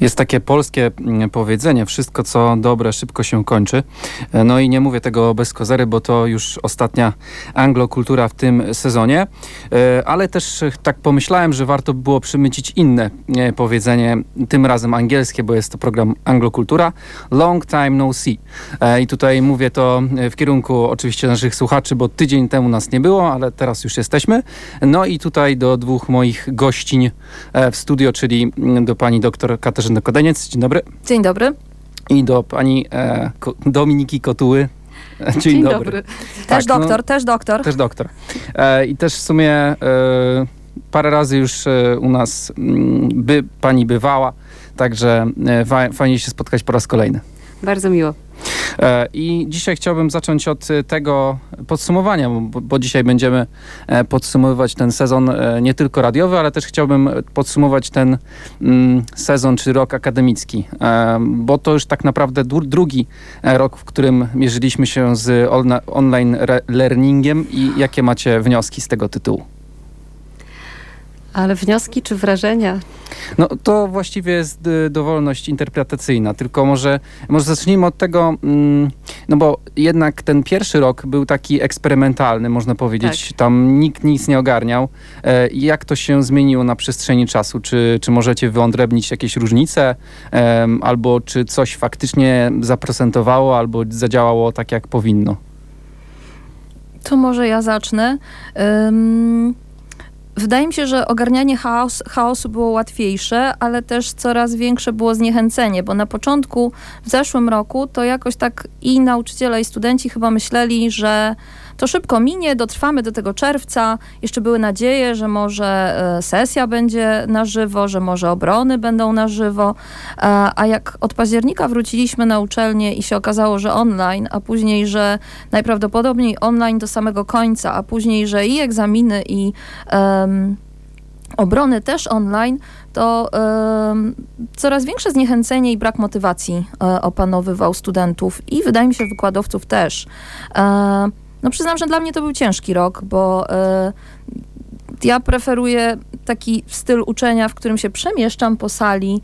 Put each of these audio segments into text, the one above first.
Jest takie polskie powiedzenie, wszystko co dobre szybko się kończy. No i nie mówię tego bez kozery, bo to już ostatnia anglokultura w tym sezonie. Ale też tak pomyślałem, że warto by było przymycić inne powiedzenie, tym razem angielskie, bo jest to program Anglokultura. Long time no see. I tutaj mówię to w kierunku oczywiście naszych słuchaczy, bo tydzień temu nas nie było, ale teraz już jesteśmy. No i tutaj do dwóch moich gościń w studio, czyli do pani doktor Katarzyny Kodeniec. Dzień dobry. Dzień dobry. I do pani Dominiki Kotuły. Dzień dobry. Też doktor, też doktor. Też doktor. I też w sumie parę razy już u nas pani bywała, także fajnie się spotkać po raz kolejny. Bardzo miło. I dzisiaj chciałbym zacząć od tego podsumowania, bo dzisiaj będziemy podsumowywać ten sezon nie tylko radiowy, ale też chciałbym podsumować ten sezon czy rok akademicki, bo to już tak naprawdę drugi rok, w którym mierzyliśmy się z online learningiem i jakie macie wnioski z tego tytułu? Ale wnioski czy wrażenia? No to właściwie jest dowolność interpretacyjna, tylko może zacznijmy od tego, no bo jednak ten pierwszy rok był taki eksperymentalny, można powiedzieć, tak. Tam nikt nic nie ogarniał. Jak to się zmieniło na przestrzeni czasu? Czy możecie wyodrębnić jakieś różnice? Albo czy coś faktycznie zaprezentowało, albo zadziałało tak, jak powinno? To może ja zacznę. Wydaje mi się, że ogarnianie chaosu było łatwiejsze, ale też coraz większe było zniechęcenie, bo na początku, w zeszłym roku, to jakoś tak i nauczyciele, i studenci chyba myśleli, że to szybko minie, dotrwamy do tego czerwca. Jeszcze były nadzieje, że może sesja będzie na żywo, że może obrony będą na żywo. A jak od października wróciliśmy na uczelnię i się okazało, że online, a później, że najprawdopodobniej online do samego końca, a później, że i egzaminy, i obrony też online, to coraz większe zniechęcenie i brak motywacji opanowywał studentów i wydaje mi się wykładowców też. No przyznam, że dla mnie to był ciężki rok, bo ja preferuję taki styl uczenia, w którym się przemieszczam po sali,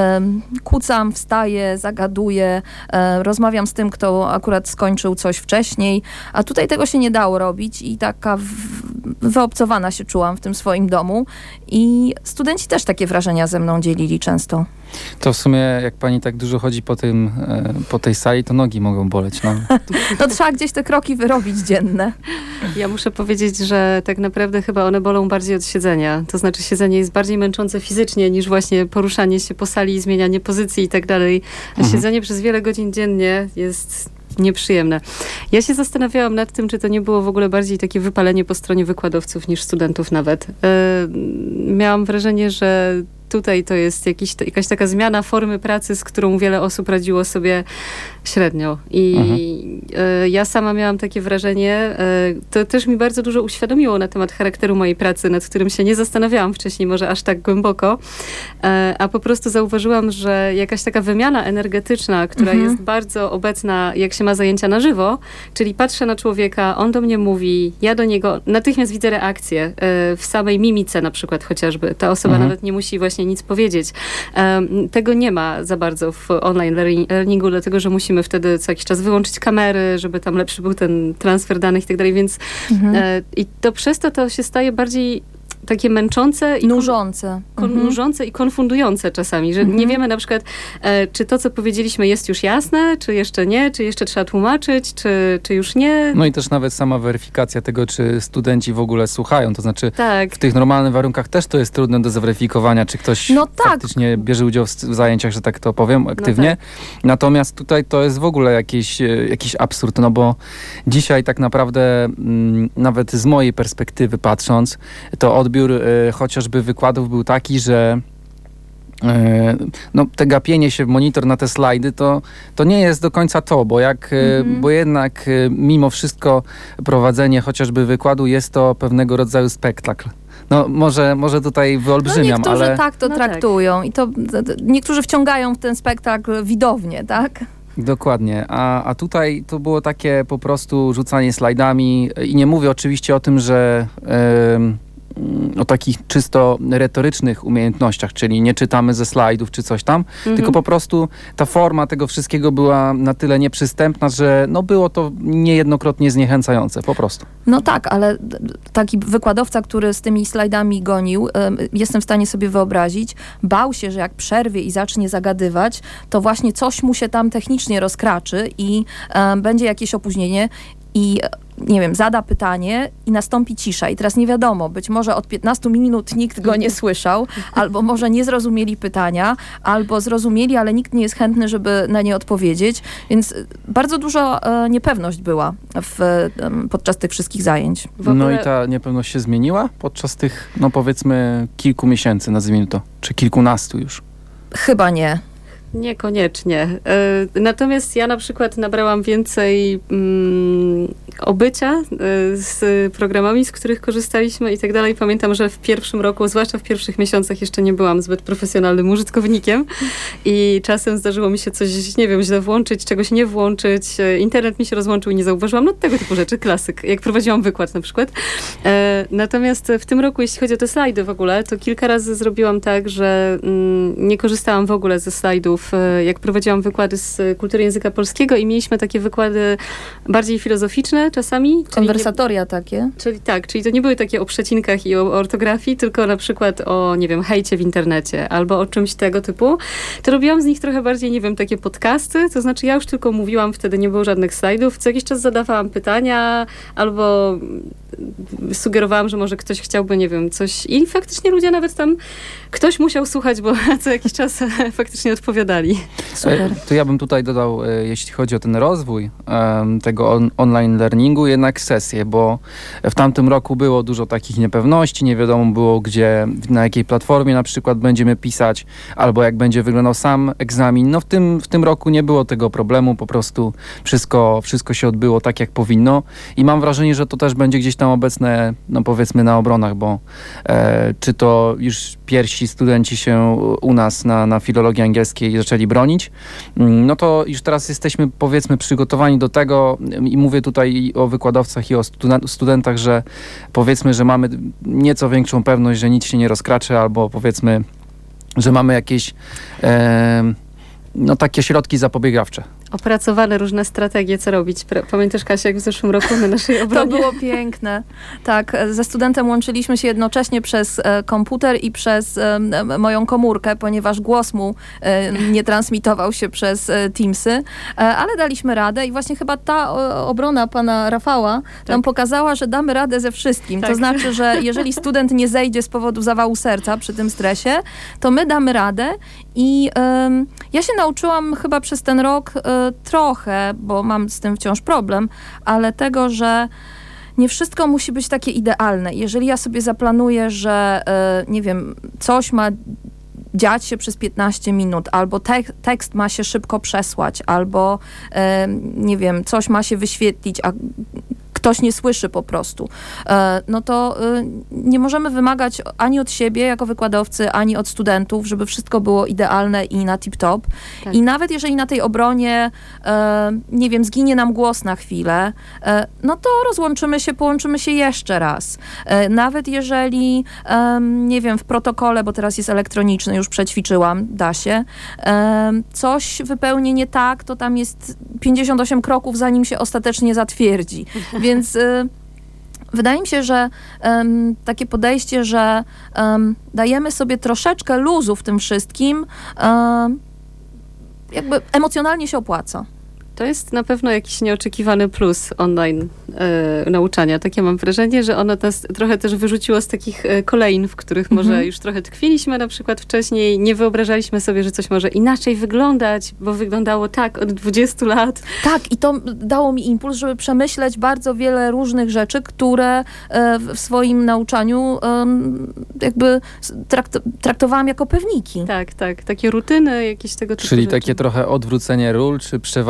kucam, wstaję, zagaduję, rozmawiam z tym, kto akurat skończył coś wcześniej, a tutaj tego się nie dało robić i taka wyobcowana się czułam w tym swoim domu i studenci też takie wrażenia ze mną dzielili często. To w sumie, jak pani tak dużo chodzi po tej sali, to nogi mogą boleć. No. No trzeba gdzieś te kroki wyrobić dzienne. Ja muszę powiedzieć, że tak naprawdę chyba one bolą bardziej od siedzenia. To znaczy siedzenie jest bardziej męczące fizycznie niż właśnie poruszanie się po sali, zmienianie pozycji i tak dalej. A siedzenie przez wiele godzin dziennie jest nieprzyjemne. Ja się zastanawiałam nad tym, czy to nie było w ogóle bardziej takie wypalenie po stronie wykładowców niż studentów nawet. Miałam wrażenie, że tutaj to jest jakaś taka zmiana formy pracy, z którą wiele osób radziło sobie średnio. I ja sama miałam takie wrażenie, to też mi bardzo dużo uświadomiło na temat charakteru mojej pracy, nad którym się nie zastanawiałam wcześniej, może aż tak głęboko, a po prostu zauważyłam, że jakaś taka wymiana energetyczna, która jest bardzo obecna, jak się ma zajęcia na żywo, czyli patrzę na człowieka, on do mnie mówi, ja do niego, natychmiast widzę reakcję w samej mimice na przykład chociażby. Ta osoba nawet nie musi właśnie nic powiedzieć. Tego nie ma za bardzo w online learningu, dlatego, że musimy wtedy co jakiś czas wyłączyć kamery, żeby tam lepszy był ten transfer danych i tak dalej, więc i to przez to się staje bardziej takie męczące i nużące i konfundujące czasami, że nie wiemy na przykład, czy to, co powiedzieliśmy, jest już jasne, czy jeszcze nie, czy jeszcze trzeba tłumaczyć, czy już nie. No i też nawet sama weryfikacja tego, czy studenci w ogóle słuchają, to znaczy tak. W tych normalnych warunkach też to jest trudne do zweryfikowania, czy ktoś faktycznie bierze udział w zajęciach, że tak to powiem, aktywnie. No tak. Natomiast tutaj to jest w ogóle jakiś absurd, no bo dzisiaj tak naprawdę nawet z mojej perspektywy patrząc, to odbiór chociażby wykładów był taki, że no, te gapienie się w monitor na te slajdy, to nie jest do końca to, bo jednak mimo wszystko prowadzenie chociażby wykładu jest to pewnego rodzaju spektakl. No może tutaj wyolbrzymiam, niektórzy ale... tak to traktują i to niektórzy wciągają w ten spektakl widownię, tak? Dokładnie, a tutaj to było takie po prostu rzucanie slajdami i nie mówię oczywiście o tym, że o takich czysto retorycznych umiejętnościach, czyli nie czytamy ze slajdów czy coś tam, tylko po prostu ta forma tego wszystkiego była na tyle nieprzystępna, że no było to niejednokrotnie zniechęcające, po prostu. No tak, ale taki wykładowca, który z tymi slajdami gonił, jestem w stanie sobie wyobrazić, bał się, że jak przerwie i zacznie zagadywać, to właśnie coś mu się tam technicznie rozkraczy i będzie jakieś opóźnienie i nie wiem, zada pytanie i nastąpi cisza. I teraz nie wiadomo, być może od 15 minut nikt go nie słyszał, albo może nie zrozumieli pytania, albo zrozumieli, ale nikt nie jest chętny, żeby na nie odpowiedzieć. Więc bardzo dużo niepewność była podczas tych wszystkich zajęć. No i ta niepewność się zmieniła podczas tych, no powiedzmy, kilku miesięcy, nazwijmy to, czy kilkunastu już? Chyba nie. Niekoniecznie. Natomiast ja na przykład nabrałam więcej obycia z programami, z których korzystaliśmy i tak dalej. Pamiętam, że w pierwszym roku, zwłaszcza w pierwszych miesiącach, jeszcze nie byłam zbyt profesjonalnym użytkownikiem i czasem zdarzyło mi się coś, nie wiem, źle włączyć, czegoś nie włączyć. Internet mi się rozłączył i nie zauważyłam. No tego typu rzeczy, klasyk. Jak prowadziłam wykład na przykład. Natomiast w tym roku, jeśli chodzi o te slajdy w ogóle, to kilka razy zrobiłam tak, że nie korzystałam w ogóle ze slajdów, jak prowadziłam wykłady z kultury języka polskiego i mieliśmy takie wykłady bardziej filozoficzne czasami. Konwersatoria takie. Czyli to nie były takie o przecinkach i o ortografii, tylko na przykład o, nie wiem, hejcie w internecie albo o czymś tego typu. To robiłam z nich trochę bardziej, nie wiem, takie podcasty, to znaczy ja już tylko mówiłam, wtedy nie było żadnych slajdów, co jakiś czas zadawałam pytania albo sugerowałam, że może ktoś chciałby, nie wiem, coś i faktycznie ludzie nawet tam, ktoś musiał słuchać, bo co jakiś czas faktycznie odpowiadali. Super. To ja bym tutaj dodał, jeśli chodzi o ten rozwój tego online learningu, jednak sesje, bo w tamtym roku było dużo takich niepewności, nie wiadomo było gdzie, na jakiej platformie na przykład będziemy pisać, albo jak będzie wyglądał sam egzamin. No w tym roku nie było tego problemu, po prostu wszystko się odbyło tak, jak powinno i mam wrażenie, że to też będzie gdzieś tam obecne, no powiedzmy na obronach, bo czy to już pierwsi studenci się u nas na filologii angielskiej zaczęli bronić, no to już teraz jesteśmy powiedzmy przygotowani do tego i mówię tutaj o wykładowcach i o studentach, że powiedzmy, że mamy nieco większą pewność, że nic się nie rozkraczy albo powiedzmy, że mamy jakieś no takie środki zapobiegawcze. Opracowane różne strategie, co robić. Pamiętasz, Kasia, jak w zeszłym roku na naszej obronie? To było piękne. Tak, ze studentem łączyliśmy się jednocześnie przez komputer i przez moją komórkę, ponieważ głos mu nie transmitował się przez Teamsy, ale daliśmy radę i właśnie chyba ta obrona pana Rafała nam pokazała, że damy radę ze wszystkim. Tak. To znaczy, że jeżeli student nie zejdzie z powodu zawału serca przy tym stresie, to my damy radę i ja się nauczyłam chyba przez ten rok trochę, bo mam z tym wciąż problem, ale tego, że nie wszystko musi być takie idealne. Jeżeli ja sobie zaplanuję, że nie wiem, coś ma dziać się przez 15 minut, albo tekst ma się szybko przesłać, albo nie wiem, coś ma się wyświetlić, a ktoś nie słyszy po prostu, no to nie możemy wymagać ani od siebie jako wykładowcy, ani od studentów, żeby wszystko było idealne i na tip-top. Tak. I nawet jeżeli na tej obronie, nie wiem, zginie nam głos na chwilę, no to rozłączymy się, połączymy się jeszcze raz. Nawet jeżeli, nie wiem, w protokole, bo teraz jest elektroniczny, już przećwiczyłam, da się, coś wypełni nie tak, to tam jest 58 kroków, zanim się ostatecznie zatwierdzi. Więc wydaje mi się, że takie podejście, że dajemy sobie troszeczkę luzu w tym wszystkim, jakby emocjonalnie się opłaca. To jest na pewno jakiś nieoczekiwany plus online nauczania. Takie mam wrażenie, że ono nas trochę też wyrzuciło z takich kolejn, w których może już trochę tkwiliśmy na przykład wcześniej. Nie wyobrażaliśmy sobie, że coś może inaczej wyglądać, bo wyglądało tak od 20 lat. Tak, i to dało mi impuls, żeby przemyśleć bardzo wiele różnych rzeczy, które w swoim nauczaniu jakby traktowałam jako pewniki. Tak. Takie rutyny, jakieś tego typu Czyli rzeczy. takie trochę odwrócenie ról, czy przewartościowanie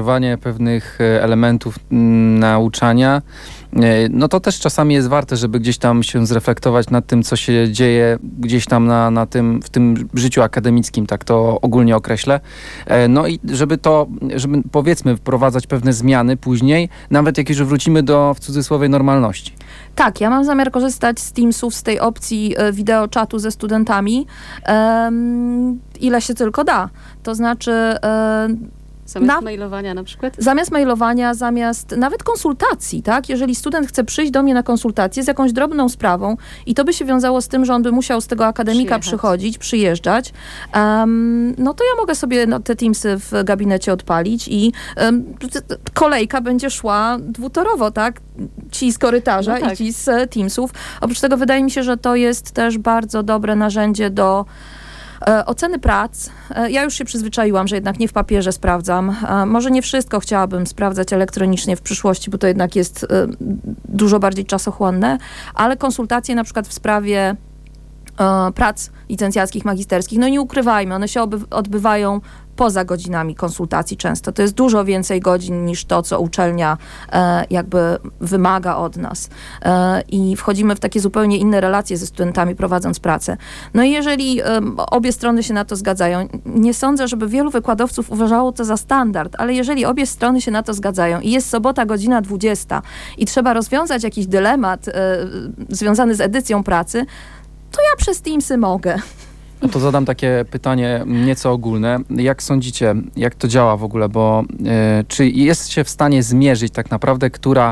wartościowanie pewnych elementów nauczania, no to też czasami jest warte, żeby gdzieś tam się zreflektować nad tym, co się dzieje gdzieś tam w tym życiu akademickim, tak to ogólnie określę. No i żeby powiedzmy wprowadzać pewne zmiany później, nawet jak już wrócimy do, w cudzysłowie, normalności. Tak, ja mam zamiar korzystać z Teamsów, z tej opcji wideo czatu ze studentami, ile się tylko da. To znaczy... Zamiast mailowania na przykład? Zamiast mailowania, zamiast nawet konsultacji, tak? Jeżeli student chce przyjść do mnie na konsultację z jakąś drobną sprawą i to by się wiązało z tym, że on by musiał z tego akademika przyjeżdżać, no to ja mogę sobie te Teamsy w gabinecie odpalić i kolejka będzie szła dwutorowo, tak? Ci z korytarza i ci z Teamsów. Oprócz tego wydaje mi się, że to jest też bardzo dobre narzędzie do oceny prac. Ja już się przyzwyczaiłam, że jednak nie w papierze sprawdzam. Może nie wszystko chciałabym sprawdzać elektronicznie w przyszłości, bo to jednak jest dużo bardziej czasochłonne, ale konsultacje na przykład w sprawie prac licencjackich, magisterskich, no nie ukrywajmy, one się odbywają poza godzinami konsultacji często. To jest dużo więcej godzin niż to, co uczelnia jakby wymaga od nas. I wchodzimy w takie zupełnie inne relacje ze studentami, prowadząc pracę. No i jeżeli obie strony się na to zgadzają, nie sądzę, żeby wielu wykładowców uważało to za standard, ale jeżeli obie strony się na to zgadzają i jest sobota, godzina 20 i trzeba rozwiązać jakiś dylemat związany z edycją pracy, to ja przez Teamsy mogę. No to zadam takie pytanie nieco ogólne. Jak sądzicie, jak to działa w ogóle? Bo czy jest się w stanie zmierzyć tak naprawdę,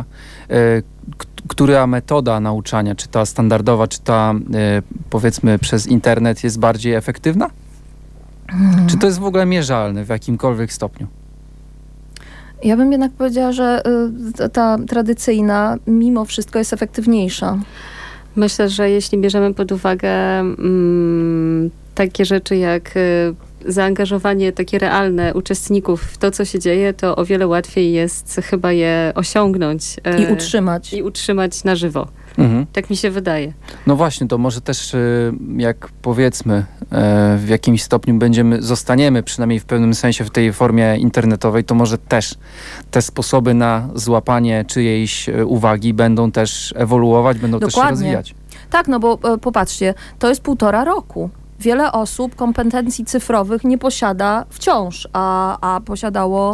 która metoda nauczania, czy ta standardowa, czy ta powiedzmy przez internet jest bardziej efektywna? Czy to jest w ogóle mierzalne w jakimkolwiek stopniu? Ja bym jednak powiedziała, że ta tradycyjna mimo wszystko jest efektywniejsza. Myślę, że jeśli bierzemy pod uwagę takie rzeczy jak zaangażowanie takie realne uczestników w to, co się dzieje, to o wiele łatwiej jest chyba je osiągnąć. I utrzymać na żywo. Mhm. Tak mi się wydaje. No właśnie, to może też jak powiedzmy w jakimś stopniu zostaniemy przynajmniej w pewnym sensie w tej formie internetowej, to może też te sposoby na złapanie czyjejś uwagi będą też ewoluować, będą też się rozwijać. Tak, no bo popatrzcie, to jest 1,5 roku. Wiele osób kompetencji cyfrowych nie posiada wciąż, a posiadało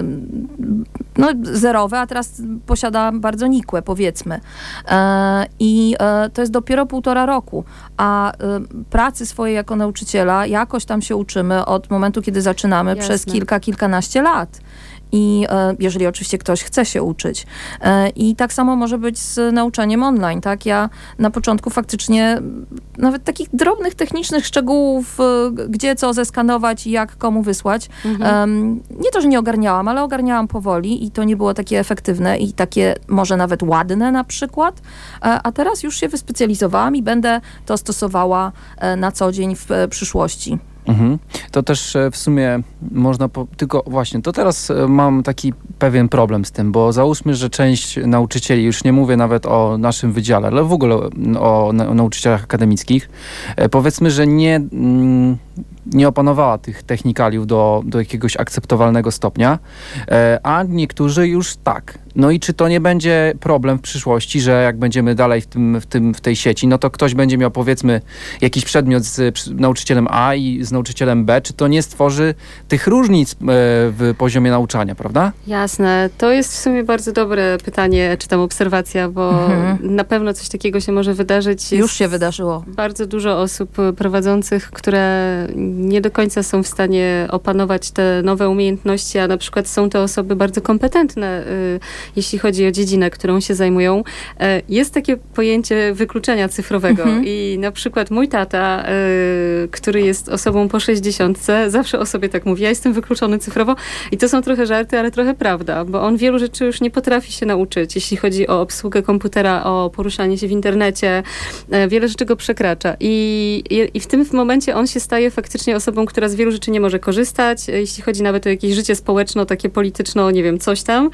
zerowe, a teraz posiada bardzo nikłe, powiedzmy. I to jest dopiero 1,5 roku, a pracy swojej jako nauczyciela jakoś tam się uczymy od momentu, kiedy zaczynamy przez kilkanaście lat. I jeżeli oczywiście ktoś chce się uczyć. I tak samo może być z nauczaniem online, tak? Ja na początku faktycznie nawet takich drobnych, technicznych szczegółów, gdzie co zeskanować i jak komu wysłać. Nie to, że nie ogarniałam, ale ogarniałam powoli i to nie było takie efektywne i takie może nawet ładne na przykład. A teraz już się wyspecjalizowałam i będę to stosowała na co dzień w przyszłości. Mhm. To też w sumie można, tylko właśnie, to teraz mam taki pewien problem z tym, bo załóżmy, że część nauczycieli, już nie mówię nawet o naszym wydziale, ale w ogóle o nauczycielach akademickich, powiedzmy, że nie opanowała tych technikaliów do jakiegoś akceptowalnego stopnia, a niektórzy już tak. No i czy to nie będzie problem w przyszłości, że jak będziemy dalej w tej sieci, no to ktoś będzie miał powiedzmy jakiś przedmiot z nauczycielem A i z nauczycielem B, czy to nie stworzy tych różnic w poziomie nauczania, prawda? Jasne. To jest w sumie bardzo dobre pytanie, czy tam obserwacja, bo na pewno coś takiego się może wydarzyć. Już się wydarzyło. Bardzo dużo osób prowadzących, które nie do końca są w stanie opanować te nowe umiejętności, a na przykład są to osoby bardzo kompetentne, jeśli chodzi o dziedzinę, którą się zajmują. Jest takie pojęcie wykluczenia cyfrowego i na przykład mój tata, który jest osobą po 60, zawsze o sobie tak mówi, ja jestem wykluczony cyfrowo i to są trochę żarty, ale trochę prawda, bo on wielu rzeczy już nie potrafi się nauczyć, jeśli chodzi o obsługę komputera, o poruszanie się w internecie, wiele rzeczy go przekracza i w tym momencie on się staje faktycznie osobą, która z wielu rzeczy nie może korzystać, jeśli chodzi nawet o jakieś życie społeczno, takie polityczno, nie wiem, coś tam.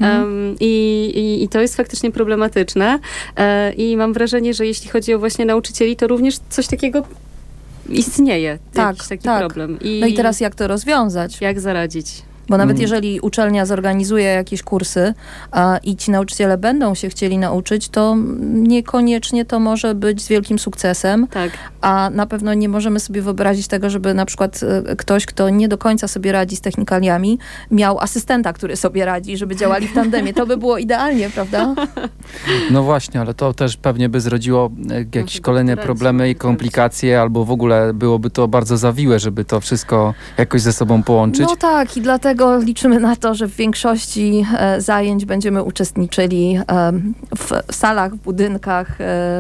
I to jest faktycznie problematyczne. I mam wrażenie, że jeśli chodzi o właśnie nauczycieli, to również coś takiego istnieje. Jakiś taki problem. No i teraz jak to rozwiązać? Jak zaradzić? Bo nawet jeżeli uczelnia zorganizuje jakieś kursy i ci nauczyciele będą się chcieli nauczyć, to niekoniecznie to może być z wielkim sukcesem. Tak. A na pewno nie możemy sobie wyobrazić tego, żeby na przykład ktoś, kto nie do końca sobie radzi z technikaliami, miał asystenta, który sobie radzi, żeby działali w tandemie. To by było idealnie, prawda? No właśnie, ale to też pewnie by zrodziło jakieś kolejne problemy i komplikacje, albo w ogóle byłoby to bardzo zawiłe, żeby to wszystko jakoś ze sobą połączyć. No tak, i dlatego liczymy na to, że w większości zajęć będziemy uczestniczyli w salach, w budynkach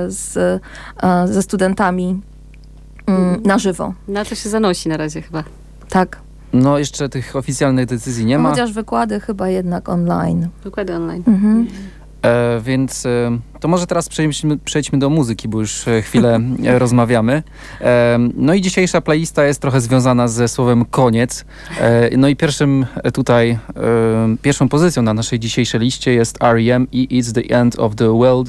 ze studentami na żywo. Na to się zanosi na razie chyba. Tak. No jeszcze tych oficjalnych decyzji nie ma. Chociaż wykłady chyba jednak online. Wykłady online. Więc to może teraz przejdźmy do muzyki, bo już chwilę rozmawiamy. No i dzisiejsza playlista jest trochę związana ze słowem koniec. No i pierwszą pozycją na naszej dzisiejszej liście jest R.E.M. i It's the End of the World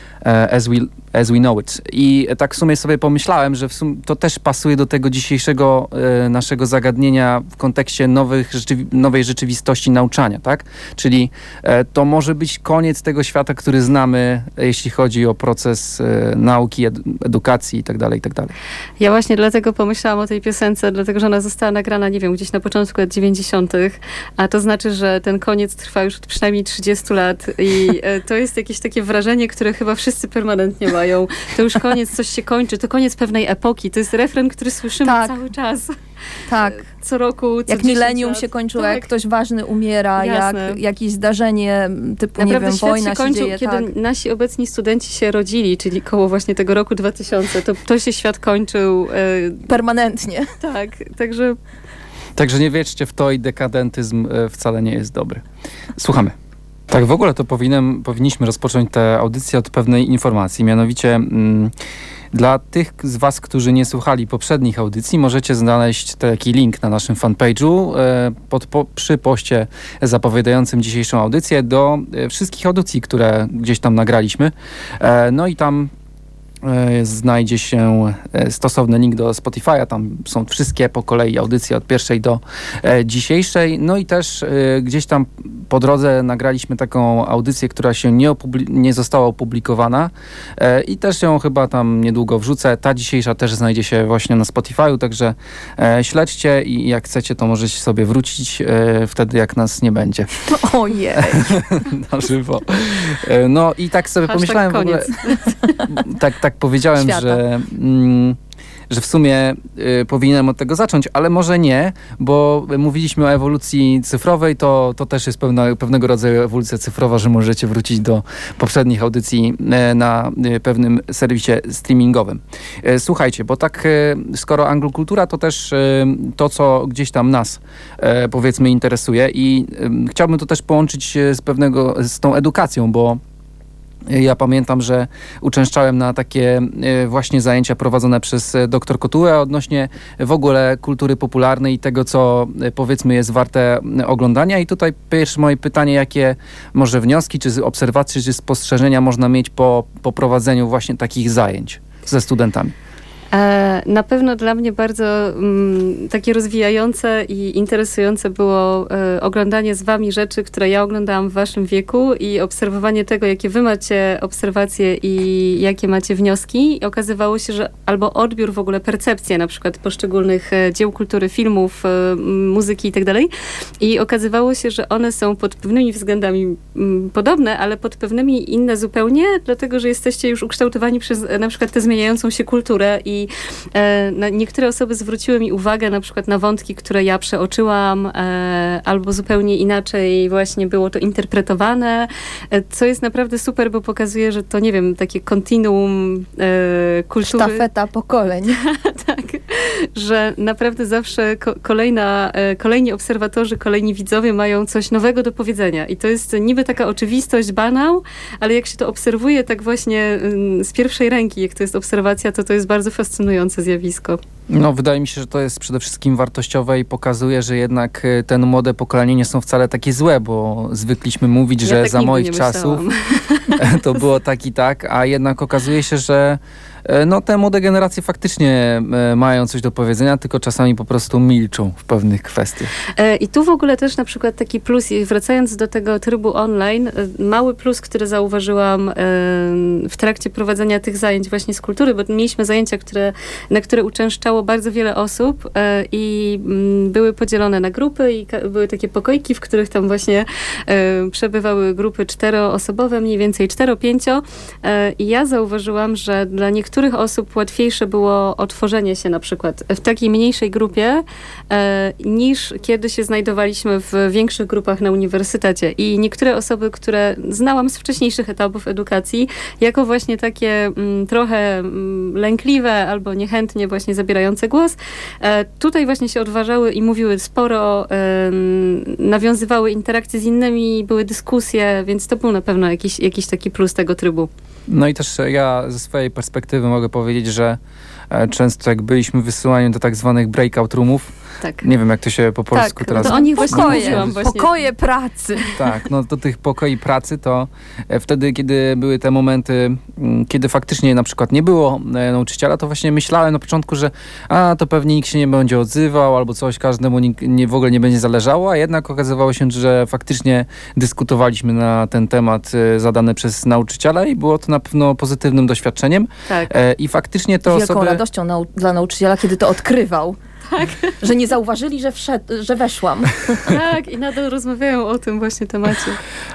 as we know it. I tak w sumie sobie pomyślałem, że to też pasuje do tego dzisiejszego naszego zagadnienia w kontekście nowej rzeczywistości nauczania, tak? Czyli to może być koniec tego świata, który znamy, jeśli chodzi o proces nauki, edukacji i tak dalej, i tak dalej. Ja właśnie dlatego pomyślałam o tej piosence, dlatego że ona została nagrana, nie wiem, gdzieś na początku lat 90., a to znaczy, że ten koniec trwa już od przynajmniej 30 lat i to jest jakieś takie wrażenie, które chyba wszyscy permanentnie mają. To już koniec, coś się kończy, to koniec pewnej epoki. To jest refren, który słyszymy cały czas. Tak. Co roku, co jak milenium się kończyło, jak ktoś ważny umiera, jak jakieś zdarzenie typu, naprawdę, nie wiem, wojna się kończył, dzieje. Kiedy nasi obecni studenci się rodzili, czyli koło właśnie tego roku 2000, to się świat kończył. Permanentnie. Tak, także... Także nie wierzcie w to i dekadentyzm wcale nie jest dobry. Słuchamy. Tak, w ogóle to powinniśmy rozpocząć tę audycję od pewnej informacji, mianowicie dla tych z was, którzy nie słuchali poprzednich audycji, możecie znaleźć taki link na naszym fanpage'u przy poście zapowiadającym dzisiejszą audycję do wszystkich audycji, które gdzieś tam nagraliśmy. No i tam znajdzie się stosowny link do Spotify'a. Tam są wszystkie po kolei audycje od pierwszej do dzisiejszej. No i też gdzieś tam po drodze nagraliśmy taką audycję, która się nie została opublikowana i też ją chyba tam niedługo wrzucę. Ta dzisiejsza też znajdzie się właśnie na Spotify'u, także śledźcie i jak chcecie, to możecie sobie wrócić wtedy, jak nas nie będzie. Ojej. Na żywo. No i tak sobie pomyślałem w ogóle... Tak powiedziałem, że w sumie powinienem od tego zacząć, ale może nie, bo mówiliśmy o ewolucji cyfrowej, to też jest pewnego rodzaju ewolucja cyfrowa, że możecie wrócić do poprzednich audycji na pewnym serwisie streamingowym. Słuchajcie, bo tak skoro anglokultura, to też to, co gdzieś tam nas powiedzmy interesuje i chciałbym to też połączyć z tą edukacją, bo ja pamiętam, że uczęszczałem na takie właśnie zajęcia prowadzone przez dr Kotułę odnośnie w ogóle kultury popularnej i tego, co powiedzmy jest warte oglądania. I tutaj pierwsze moje pytanie, jakie może wnioski, czy obserwacje, czy spostrzeżenia można mieć po prowadzeniu właśnie takich zajęć ze studentami? Na pewno dla mnie bardzo takie rozwijające i interesujące było oglądanie z wami rzeczy, które ja oglądałam w waszym wieku i obserwowanie tego, jakie wy macie obserwacje i jakie macie wnioski. I okazywało się, że albo odbiór, w ogóle percepcje na przykład poszczególnych dzieł kultury, filmów, muzyki i tak dalej. I okazywało się, że one są pod pewnymi względami podobne, ale pod pewnymi inne zupełnie, dlatego, że jesteście już ukształtowani przez na przykład tę zmieniającą się kulturę i niektóre osoby zwróciły mi uwagę na przykład na wątki, które ja przeoczyłam, albo zupełnie inaczej właśnie było to interpretowane, co jest naprawdę super, bo pokazuje, że to, nie wiem, takie kontinuum kultury. Sztafeta pokoleń. Tak, że naprawdę zawsze kolejni obserwatorzy, kolejni widzowie mają coś nowego do powiedzenia i to jest niby taka oczywistość, banał, ale jak się to obserwuje tak właśnie z pierwszej ręki, jak to jest obserwacja, to jest bardzo fascynujące zjawisko. No, wydaje mi się, że to jest przede wszystkim wartościowe i pokazuje, że jednak te młode pokolenie nie są wcale takie złe, bo zwykliśmy mówić, że tak za moich nie czasów to było tak i tak, a jednak okazuje się, że No te młode generacje faktycznie mają coś do powiedzenia, tylko czasami po prostu milczą w pewnych kwestiach. I tu w ogóle też na przykład taki plus, i wracając do tego trybu online, mały plus, który zauważyłam w trakcie prowadzenia tych zajęć właśnie z kultury, bo mieliśmy zajęcia, na które uczęszczało bardzo wiele osób i były podzielone na grupy i były takie pokoiki, w których tam właśnie przebywały grupy 4-osobowe, mniej więcej 4-5. I ja zauważyłam, że dla niektórych osób łatwiejsze było otworzenie się na przykład w takiej mniejszej grupie, niż kiedy się znajdowaliśmy w większych grupach na uniwersytecie. I niektóre osoby, które znałam z wcześniejszych etapów edukacji, jako właśnie takie trochę lękliwe albo niechętnie właśnie zabierające głos, tutaj właśnie się odważały i mówiły sporo, nawiązywały interakcje z innymi, były dyskusje, więc to był na pewno jakiś taki plus tego trybu. No i też ja ze swojej perspektywy mogę powiedzieć, że często jak byliśmy wysyłani do tak zwanych breakout roomów, tak. Nie wiem jak to się po polsku tak, teraz... to o nich właśnie mówiłam. Pokoje pracy. Tak, no do tych pokoi pracy to wtedy, kiedy były te momenty, kiedy faktycznie na przykład nie było nauczyciela, to właśnie myślałem na początku, że to pewnie nikt się nie będzie odzywał albo coś, każdemu w ogóle nie będzie zależało, a jednak okazywało się, że faktycznie dyskutowaliśmy na ten temat zadany przez nauczyciela i było to na pewno pozytywnym doświadczeniem. Tak. I faktycznie to wielką radością dla nauczyciela, kiedy to odkrywał. Tak. Że nie zauważyli, że weszłam. Tak, i nadal rozmawiają o tym właśnie temacie.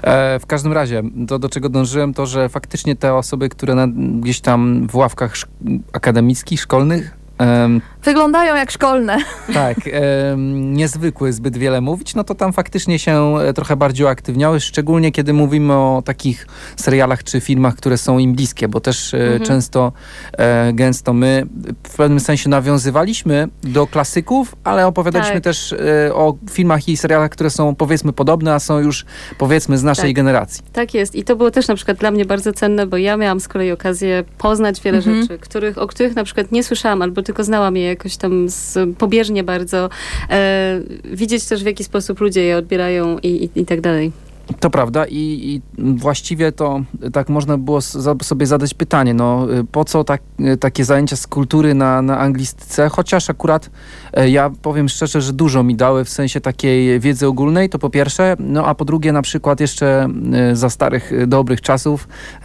W każdym razie, to do czego dążyłem, to że faktycznie te osoby, które gdzieś tam w ławkach akademickich, szkolnych wyglądają jak szkolne. Tak, niezwykły zbyt wiele mówić, no to tam faktycznie się trochę bardziej uaktywniały, szczególnie kiedy mówimy o takich serialach czy filmach, które są im bliskie, bo też często, gęsto my w pewnym sensie nawiązywaliśmy do klasyków, ale opowiadaliśmy też o filmach i serialach, które są powiedzmy podobne, a są już powiedzmy z naszej generacji. Tak jest i to było też na przykład dla mnie bardzo cenne, bo ja miałam z kolei okazję poznać wiele rzeczy, o których na przykład nie słyszałam, albo tylko znałam je jakoś tam pobieżnie bardzo. Widzieć też, w jaki sposób ludzie je odbierają i tak dalej. To prawda i właściwie to tak można było sobie zadać pytanie, no po co takie zajęcia z kultury na anglistyce, chociaż akurat ja powiem szczerze, że dużo mi dały w sensie takiej wiedzy ogólnej, to po pierwsze, no a po drugie na przykład jeszcze za starych, dobrych czasów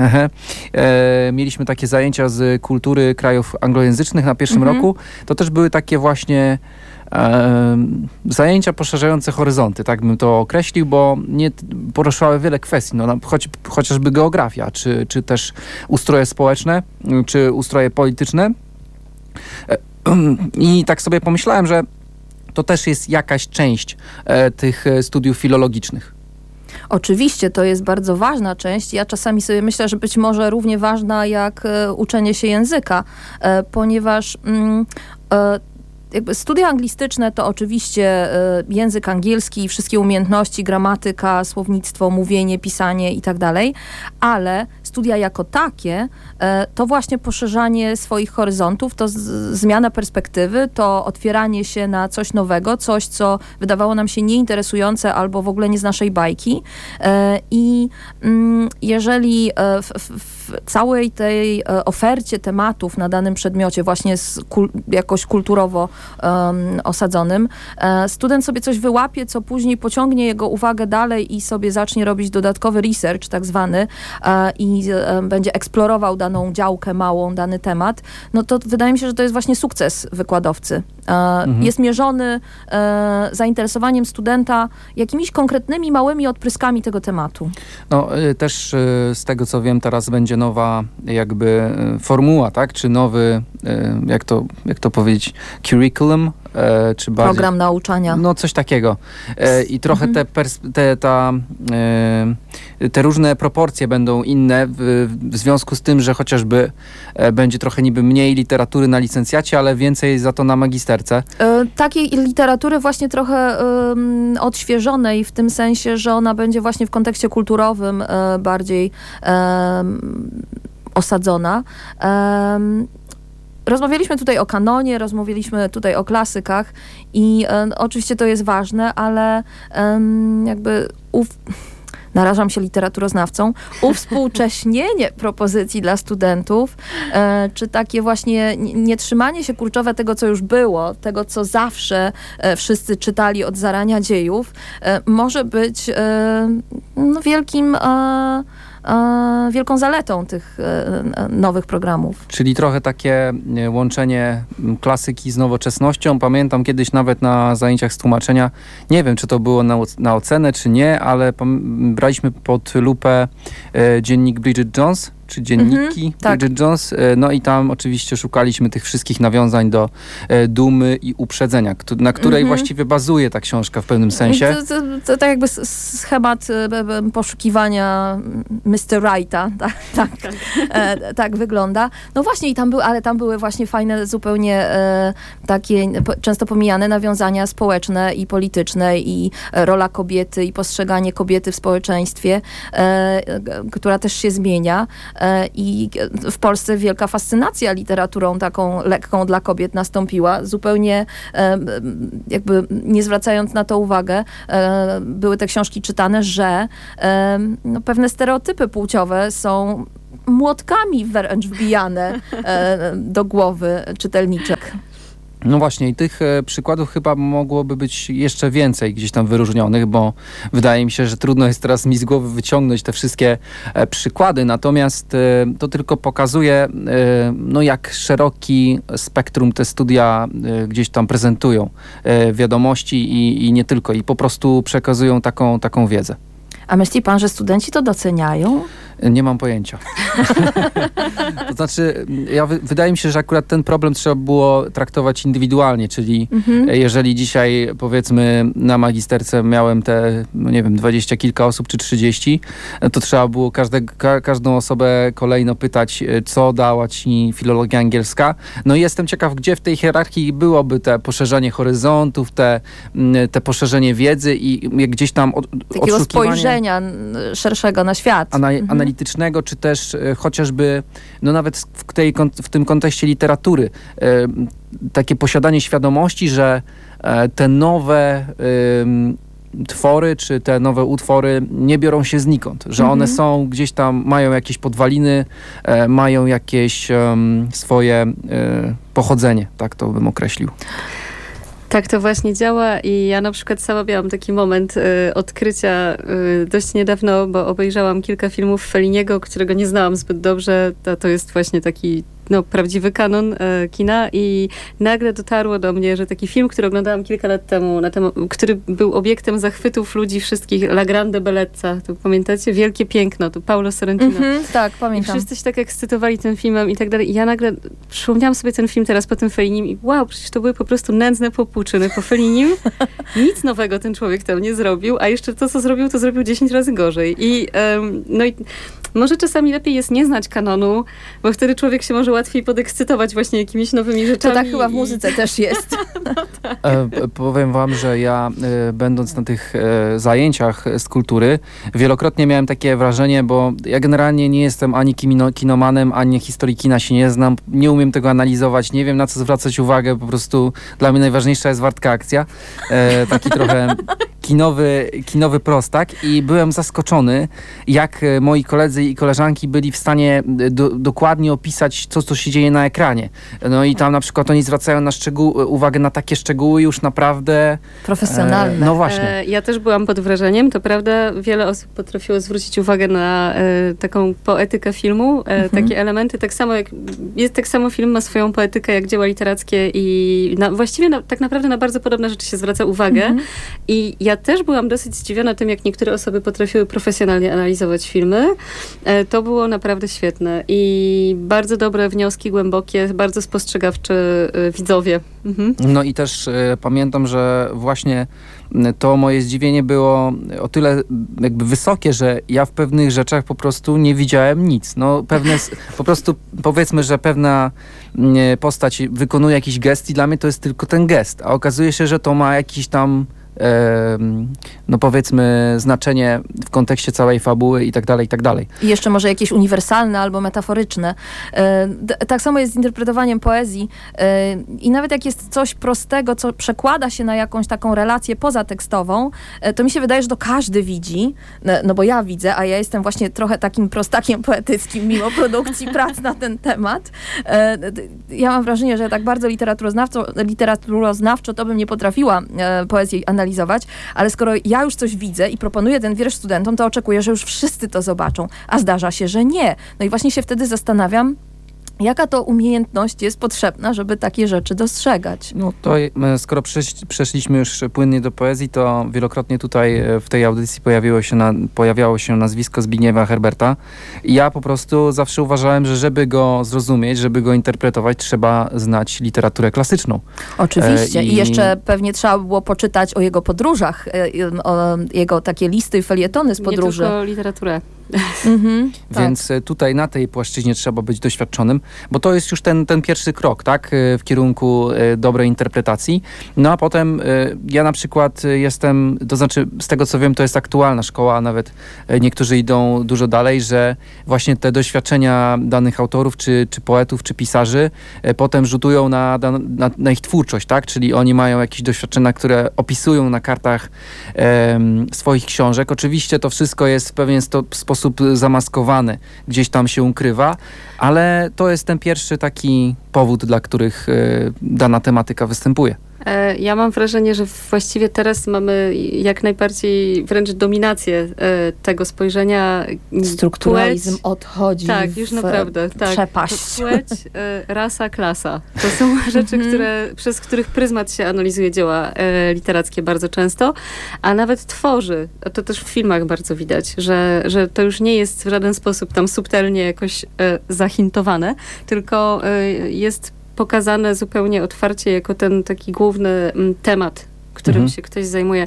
mieliśmy takie zajęcia z kultury krajów anglojęzycznych na pierwszym roku, to też były takie właśnie zajęcia poszerzające horyzonty, tak bym to określił, bo nie poruszały wiele kwestii, no, chociażby geografia, czy też ustroje społeczne, czy ustroje polityczne. I tak sobie pomyślałem, że to też jest jakaś część tych studiów filologicznych. Oczywiście, to jest bardzo ważna część. Ja czasami sobie myślę, że być może równie ważna jak uczenie się języka, ponieważ jakby studia anglistyczne to oczywiście język angielski, wszystkie umiejętności, gramatyka, słownictwo, mówienie, pisanie i tak dalej, ale studia jako takie to właśnie poszerzanie swoich horyzontów, to zmiana perspektywy, to otwieranie się na coś nowego, coś, co wydawało nam się nieinteresujące albo w ogóle nie z naszej bajki. I jeżeli w całej tej ofercie tematów na danym przedmiocie, właśnie jakoś kulturowo osadzonym, student sobie coś wyłapie, co później pociągnie jego uwagę dalej i sobie zacznie robić dodatkowy research tak zwany i będzie eksplorował daną działkę małą, dany temat, no to wydaje mi się, że to jest właśnie sukces wykładowcy. Jest mierzony zainteresowaniem studenta jakimiś konkretnymi, małymi odpryskami tego tematu. No też z tego, co wiem, teraz będzie nowa jakby formuła, tak? Czy nowy, jak to powiedzieć, curriculum? Czy bardziej, program nauczania. No coś takiego. I trochę te różne proporcje będą inne w związku z tym, że chociażby będzie trochę niby mniej literatury na licencjacie, ale więcej za to na magisterce. Takiej literatury właśnie trochę odświeżonej w tym sensie, że ona będzie właśnie w kontekście kulturowym bardziej osadzona. Rozmawialiśmy tutaj o kanonie, rozmawialiśmy tutaj o klasykach i oczywiście to jest ważne, ale jakby narażam się literaturoznawcą, uwspółcześnienie propozycji dla studentów, czy takie właśnie nietrzymanie się kurczowe tego, co już było, tego, co zawsze wszyscy czytali od zarania dziejów, może być wielką zaletą tych nowych programów. Czyli trochę takie łączenie klasyki z nowoczesnością. Pamiętam kiedyś nawet na zajęciach z tłumaczenia, nie wiem, czy to było na ocenę, czy nie, ale braliśmy pod lupę dziennik Bridget Jones, czy dzienniki Bridget Jones. No i tam oczywiście szukaliśmy tych wszystkich nawiązań do Dumy i Uprzedzenia, na której właściwie bazuje ta książka w pewnym sensie. To tak jakby schemat poszukiwania Mr. Wrighta. Tak wygląda. No właśnie, ale tam były właśnie fajne, zupełnie takie często pomijane nawiązania społeczne i polityczne i rola kobiety i postrzeganie kobiety w społeczeństwie, która też się zmienia. I w Polsce wielka fascynacja literaturą taką lekką dla kobiet nastąpiła. Zupełnie jakby nie zwracając na to uwagę, były te książki czytane, że pewne stereotypy płciowe są młotkami wręcz wbijane do głowy czytelniczek. No właśnie i tych przykładów chyba mogłoby być jeszcze więcej gdzieś tam wyróżnionych, bo wydaje mi się, że trudno jest teraz mi z głowy wyciągnąć te wszystkie przykłady, natomiast to tylko pokazuje, no jak szeroki spektrum te studia gdzieś tam prezentują wiadomości i nie tylko, i po prostu przekazują taką wiedzę. A myśli pan, że studenci to doceniają? Nie mam pojęcia. To znaczy, wydaje mi się, że akurat ten problem trzeba było traktować indywidualnie, czyli jeżeli dzisiaj, powiedzmy, na magisterce miałem te, no nie wiem, 20 kilka osób czy 30, to trzeba było każdą osobę kolejno pytać, co dała ci filologia angielska. No i jestem ciekaw, gdzie w tej hierarchii byłoby te poszerzenie horyzontów, te poszerzenie wiedzy i gdzieś tam takiego spojrzenia szerszego na świat. Analitycznego, czy też chociażby, no nawet w tym kontekście literatury, takie posiadanie świadomości, że te nowe twory, czy te nowe utwory nie biorą się znikąd, że one są gdzieś tam, mają jakieś podwaliny, mają jakieś swoje pochodzenie, tak to bym określił. Tak to właśnie działa i ja na przykład sama miałam taki moment odkrycia dość niedawno, bo obejrzałam kilka filmów Felliniego, którego nie znałam zbyt dobrze. To jest właśnie taki prawdziwy kanon kina i nagle dotarło do mnie, że taki film, który oglądałam kilka lat temu, który był obiektem zachwytów ludzi wszystkich, La Grande Bellezza, to pamiętacie? Wielkie Piękno, to Paulo Sorrentino. Tak, pamiętam. I wszyscy się tak ekscytowali tym filmem i tak dalej. I ja nagle przypomniałam sobie ten film teraz po tym Fellinim i wow, przecież to były po prostu nędzne popłuczyny po Fellinim. Nic nowego ten człowiek tam nie zrobił, a jeszcze to, co zrobił, to zrobił 10 razy gorzej. I może czasami lepiej jest nie znać kanonu, bo wtedy człowiek się może łatwiej podekscytować właśnie jakimiś nowymi rzeczami. To tak chyba w muzyce też jest. Powiem wam, że ja będąc na tych zajęciach z kultury, wielokrotnie miałem takie wrażenie, bo ja generalnie nie jestem ani kinomanem, ani historii kina się nie znam, nie umiem tego analizować, nie wiem na co zwracać uwagę, po prostu dla mnie najważniejsza jest wartka akcja. Taki trochę kinowy prostak i byłem zaskoczony, jak moi koledzy i koleżanki byli w stanie dokładnie opisać, co się dzieje na ekranie. No i tam na przykład oni zwracają uwagę na takie szczegóły już naprawdę profesjonalne. No właśnie. Ja też byłam pod wrażeniem. To prawda, wiele osób potrafiło zwrócić uwagę na taką poetykę filmu, takie elementy. Tak samo film ma swoją poetykę jak dzieła literackie i właściwie tak naprawdę na bardzo podobne rzeczy się zwraca uwagę. I ja też byłam dosyć zdziwiona tym, jak niektóre osoby potrafiły profesjonalnie analizować filmy. To było naprawdę świetne i bardzo dobre wnioski, głębokie, bardzo spostrzegawczy widzowie. No i też pamiętam, że właśnie to moje zdziwienie było o tyle jakby wysokie, że ja w pewnych rzeczach po prostu nie widziałem nic. No po prostu powiedzmy, że pewna postać wykonuje jakiś gest i dla mnie to jest tylko ten gest, a okazuje się, że to ma jakiś tam no powiedzmy, znaczenie w kontekście całej fabuły i tak dalej, i tak dalej. I jeszcze może jakieś uniwersalne albo metaforyczne. Tak samo jest z interpretowaniem poezji i nawet jak jest coś prostego, co przekłada się na jakąś taką relację pozatekstową, to mi się wydaje, że to każdy widzi, no bo ja widzę, a ja jestem właśnie trochę takim prostakiem poetyckim mimo produkcji prac na ten temat. Ja mam wrażenie, że tak bardzo literaturoznawczo to bym nie potrafiła poezji analizować, ale skoro ja już coś widzę i proponuję ten wiersz studentom, to oczekuję, że już wszyscy to zobaczą, a zdarza się, że nie. No i właśnie się wtedy zastanawiam, jaka to umiejętność jest potrzebna, żeby takie rzeczy dostrzegać. No to skoro przeszliśmy już płynnie do poezji, to wielokrotnie tutaj w tej audycji pojawiało się nazwisko Zbigniewa Herberta. I ja po prostu zawsze uważałem, że żeby go zrozumieć, żeby go interpretować, trzeba znać literaturę klasyczną. Oczywiście. I jeszcze pewnie trzeba było poczytać o jego podróżach, o jego takie listy i felietony z podróży. Nie tylko literaturę. Więc tutaj na tej płaszczyźnie trzeba być doświadczonym, bo to jest już ten pierwszy krok, tak, w kierunku dobrej interpretacji. No a potem ja na przykład jestem, to znaczy z tego co wiem, to jest aktualna szkoła, a nawet niektórzy idą dużo dalej, że właśnie te doświadczenia danych autorów, czy poetów, czy pisarzy potem rzutują na ich twórczość, tak, czyli oni mają jakieś doświadczenia, które opisują na kartach swoich książek. Oczywiście to wszystko jest w pewien sposób zamaskowany, gdzieś tam się ukrywa, ale to jest ten pierwszy taki powód, dla których dana tematyka występuje. Ja mam wrażenie, że właściwie teraz mamy jak najbardziej wręcz dominację tego spojrzenia. Strukturalizm odchodzi tak, już naprawdę. Tak. Przepaść. Płeć, rasa, klasa. To są rzeczy, przez których pryzmat się analizuje dzieła literackie bardzo często, a nawet tworzy. To też w filmach bardzo widać, że to już nie jest w żaden sposób tam subtelnie jakoś zahintowane, tylko jest pokazane zupełnie otwarcie jako ten taki główny temat, którym się ktoś zajmuje.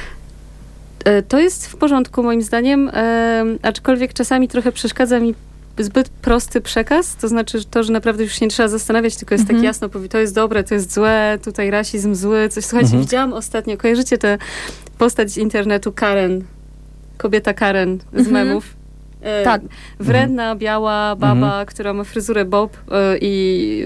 To jest w porządku moim zdaniem, aczkolwiek czasami trochę przeszkadza mi zbyt prosty przekaz, to znaczy to, że naprawdę już się nie trzeba zastanawiać, tylko jest tak jasno, to jest dobre, to jest złe, tutaj rasizm zły, coś. Słuchajcie, widziałam ostatnio, kojarzycie tę postać z internetu Karen, kobieta Karen z memów? Tak. Wredna, biała baba, która ma fryzurę bob i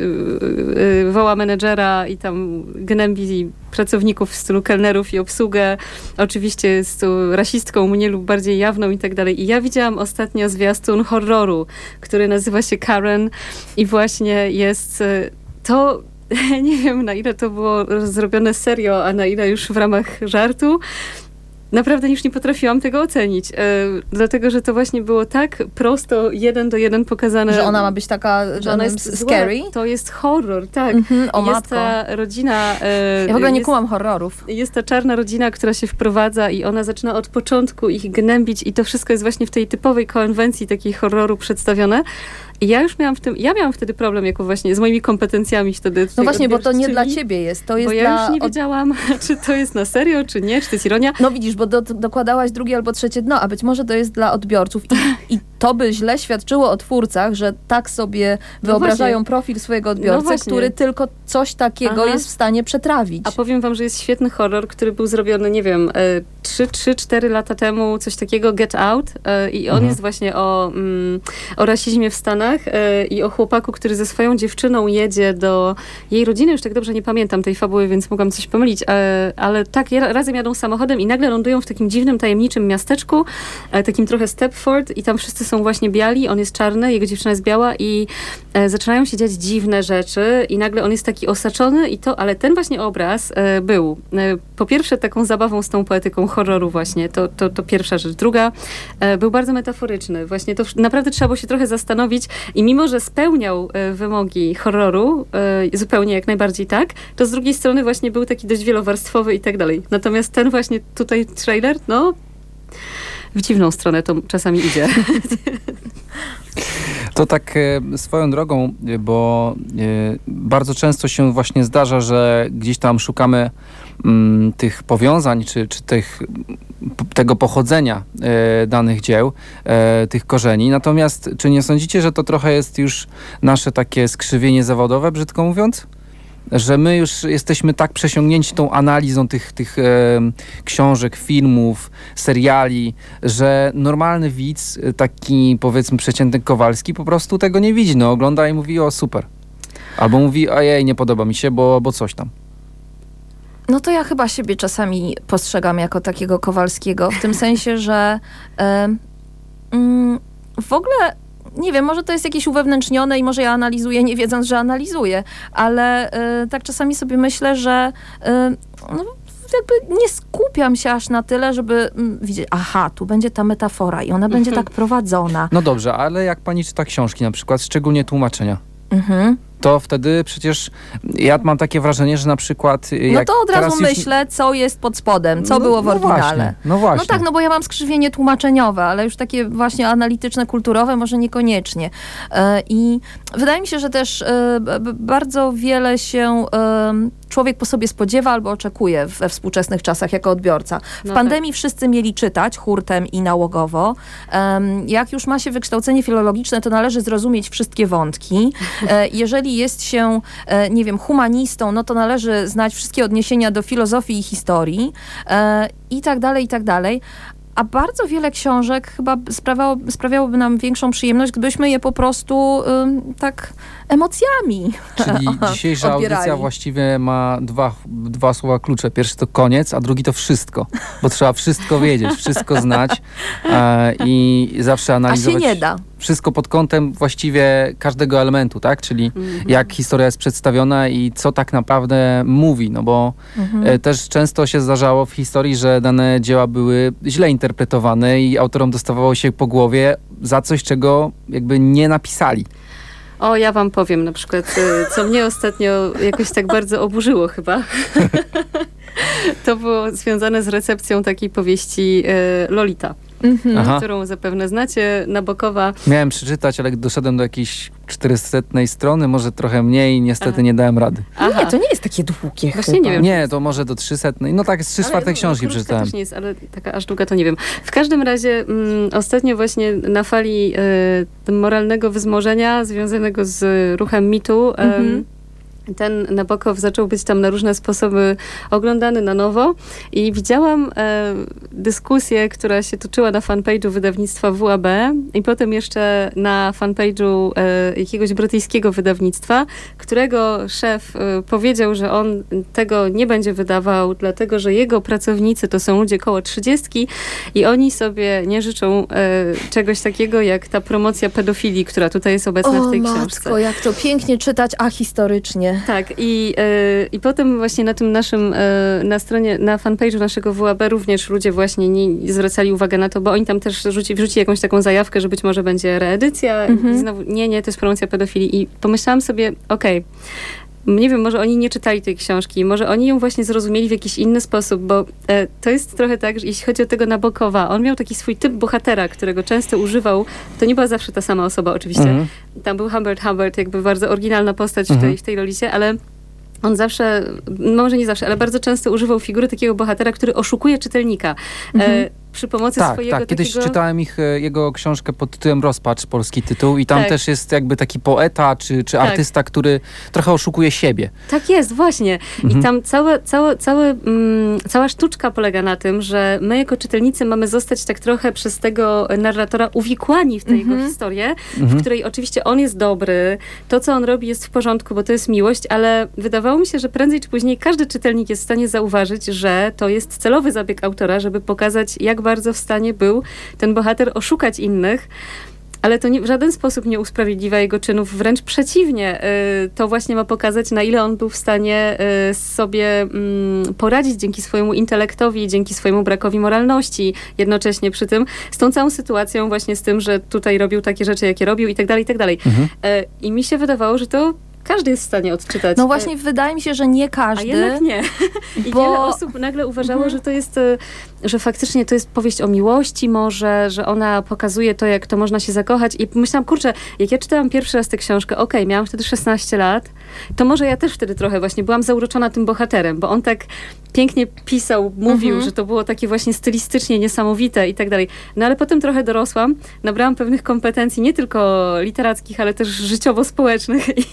woła menedżera i tam gnębi pracowników w stylu kelnerów i obsługę. Oczywiście jest tu rasistką, mniej lub bardziej jawną i tak dalej. I ja widziałam ostatnio zwiastun horroru, który nazywa się Karen i właśnie jest to... Nie wiem, na ile to było zrobione serio, a na ile już w ramach żartu. Naprawdę już nie potrafiłam tego ocenić, dlatego, że to właśnie było tak prosto, 1:1 pokazane. Że ona ma być taka, że ona jest scary? Złe. To jest horror, tak. Jest ta rodzina... Ja w ogóle nie kumam horrorów. Jest ta czarna rodzina, która się wprowadza i ona zaczyna od początku ich gnębić i to wszystko jest właśnie w tej typowej konwencji takiej horroru przedstawione. I ja już miałam wtedy problem jako właśnie z moimi kompetencjami wtedy. No właśnie, bo to nie dla ciebie jest. To jest bo ja już nie wiedziałam, czy to jest na serio, czy nie, czy to jest ironia. No widzisz, bo dokładałaś drugie albo trzecie dno, a być może to jest dla odbiorców. I to by źle świadczyło o twórcach, że tak sobie wyobrażają profil swojego odbiorcy, który tylko coś takiego jest w stanie przetrawić. A powiem wam, że jest świetny horror, który był zrobiony, nie wiem, 3-4 lata temu, coś takiego, Get Out. I on jest właśnie o rasizmie w Stanach i o chłopaku, który ze swoją dziewczyną jedzie do jej rodziny. Już tak dobrze nie pamiętam tej fabuły, więc mogłam coś pomylić. Ale tak, razem jadą samochodem i nagle lądują w takim dziwnym, tajemniczym miasteczku, takim trochę Stepford i tam wszyscy są właśnie biali, on jest czarny, jego dziewczyna jest biała i zaczynają się dziać dziwne rzeczy i nagle on jest taki osaczony ale ten właśnie obraz był po pierwsze taką zabawą z tą poetyką horroru właśnie, to pierwsza rzecz. Druga, był bardzo metaforyczny. Właśnie to naprawdę trzeba było się trochę zastanowić i mimo, że spełniał wymogi horroru, zupełnie jak najbardziej tak, to z drugiej strony właśnie był taki dość wielowarstwowy i tak dalej. Natomiast ten właśnie tutaj trailer, no w dziwną stronę to czasami idzie. To tak swoją drogą, bo bardzo często się właśnie zdarza, że gdzieś tam szukamy tych powiązań, czy tego pochodzenia danych dzieł, tych korzeni. Natomiast czy nie sądzicie, że to trochę jest już nasze takie skrzywienie zawodowe, brzydko mówiąc? że my już jesteśmy tak przesiągnięci tą analizą tych książek, filmów, seriali, że normalny widz, taki powiedzmy przeciętny Kowalski, po prostu tego nie widzi. No, ogląda i mówi, o super. Albo mówi, ojej, nie podoba mi się, bo coś tam. No to ja chyba siebie czasami postrzegam jako takiego Kowalskiego, w tym sensie, że w ogóle, nie wiem, może to jest jakieś uwewnętrznione i może ja analizuję, nie wiedząc, że analizuję, ale tak czasami sobie myślę, że no, jakby nie skupiam się aż na tyle, żeby widzieć, aha, tu będzie ta metafora i ona będzie tak prowadzona. No dobrze, ale jak pani czyta książki na przykład, szczególnie tłumaczenia, to wtedy przecież ja mam takie wrażenie, że na przykład... No to od razu myślę, co jest pod spodem, co było w oryginale. No właśnie. No tak, no bo ja mam skrzywienie tłumaczeniowe, ale już takie właśnie analityczne, kulturowe może niekoniecznie. I wydaje mi się, że też bardzo wiele się człowiek po sobie spodziewa albo oczekuje we współczesnych czasach jako odbiorca. W pandemii wszyscy mieli czytać hurtem i nałogowo. Jak już ma się wykształcenie filologiczne, to należy zrozumieć wszystkie wątki. Jeżeli jest się, nie wiem, humanistą, no to należy znać wszystkie odniesienia do filozofii i historii i tak dalej, i tak dalej. A bardzo wiele książek chyba sprawiałoby nam większą przyjemność, gdybyśmy je po prostu tak emocjami Czyli dzisiejsza audycja właściwie ma dwa słowa klucze. Pierwszy to koniec, a drugi to wszystko. Bo trzeba wszystko wiedzieć, wszystko znać i zawsze analizować. A się nie da. Wszystko pod kątem właściwie każdego elementu, tak? Czyli jak historia jest przedstawiona i co tak naprawdę mówi. No bo też często się zdarzało w historii, że dane dzieła były źle interpretowane i autorom dostawało się po głowie za coś, czego jakby nie napisali. O, ja wam powiem na przykład, co mnie ostatnio jakoś tak bardzo oburzyło chyba. To było związane z recepcją takiej powieści Lolita. Którą zapewne znacie, Nabokowa. Miałem przeczytać, ale doszedłem do jakiejś 400 strony, może trochę mniej, niestety nie dałem rady. Nie, to nie jest takie długie. Właśnie nie wiem. Nie, to może do 300. No tak, z 3/4 książki przeczytałem. Też nie jest, ale taka aż długa to nie wiem. W każdym razie ostatnio właśnie na fali moralnego wzmożenia związanego z ruchem mitu ten Nabokow zaczął być tam na różne sposoby oglądany na nowo i widziałam dyskusję, która się toczyła na fanpage'u wydawnictwa WAB i potem jeszcze na fanpage'u jakiegoś brytyjskiego wydawnictwa, którego szef powiedział, że on tego nie będzie wydawał, dlatego, że jego pracownicy to są ludzie koło 30 i oni sobie nie życzą czegoś takiego, jak ta promocja pedofilii, która tutaj jest obecna w tej książce. Matko, jak to pięknie czytać ahistorycznie. Tak, i potem właśnie na tym naszym, na stronie, na fanpage'u naszego WAB również ludzie właśnie nie zwracali uwagę na to, bo oni tam też wrzucili jakąś taką zajawkę, że być może będzie reedycja i znowu, nie, to jest promocja pedofilii i pomyślałam sobie, okej, nie wiem, może oni nie czytali tej książki, może oni ją właśnie zrozumieli w jakiś inny sposób, bo to jest trochę tak, że jeśli chodzi o tego Nabokowa, on miał taki swój typ bohatera, którego często używał, to nie była zawsze ta sama osoba oczywiście. Tam był Humbert, jakby bardzo oryginalna postać w tej Lolicie, ale on zawsze, może nie zawsze, ale bardzo często używał figury takiego bohatera, który oszukuje czytelnika. Przy pomocy swojego Tak, kiedyś takiego... czytałem jego książkę pod tytułem Rozpacz, polski tytuł i tam też jest jakby taki poeta czy artysta, który trochę oszukuje siebie. Tak jest, właśnie. I tam cała sztuczka polega na tym, że my jako czytelnicy mamy zostać tak trochę przez tego narratora uwikłani w tę jego historię, w której oczywiście on jest dobry, to co on robi jest w porządku, bo to jest miłość, ale wydawało mi się, że prędzej czy później każdy czytelnik jest w stanie zauważyć, że to jest celowy zabieg autora, żeby pokazać, jak bardzo w stanie był ten bohater oszukać innych, ale to w żaden sposób nie usprawiedliwia jego czynów, wręcz przeciwnie. To właśnie ma pokazać, na ile on był w stanie sobie poradzić dzięki swojemu intelektowi, dzięki swojemu brakowi moralności, jednocześnie przy tym z tą całą sytuacją właśnie z tym, że tutaj robił takie rzeczy, jakie robił i tak dalej, i tak dalej. I mi się wydawało, że to każdy jest w stanie odczytać. No właśnie, wydaje mi się, że nie każdy. A jednak nie. I wiele osób nagle uważało, że to jest, że faktycznie to jest powieść o miłości może, że ona pokazuje to, jak to można się zakochać. I myślałam, kurczę, jak ja czytałam pierwszy raz tę książkę, miałam wtedy 16 lat, to może ja też wtedy trochę właśnie byłam zauroczona tym bohaterem, bo on tak pięknie pisał, mówił, że to było takie właśnie stylistycznie niesamowite i tak dalej. No ale potem trochę dorosłam, nabrałam pewnych kompetencji, nie tylko literackich, ale też życiowo-społecznych i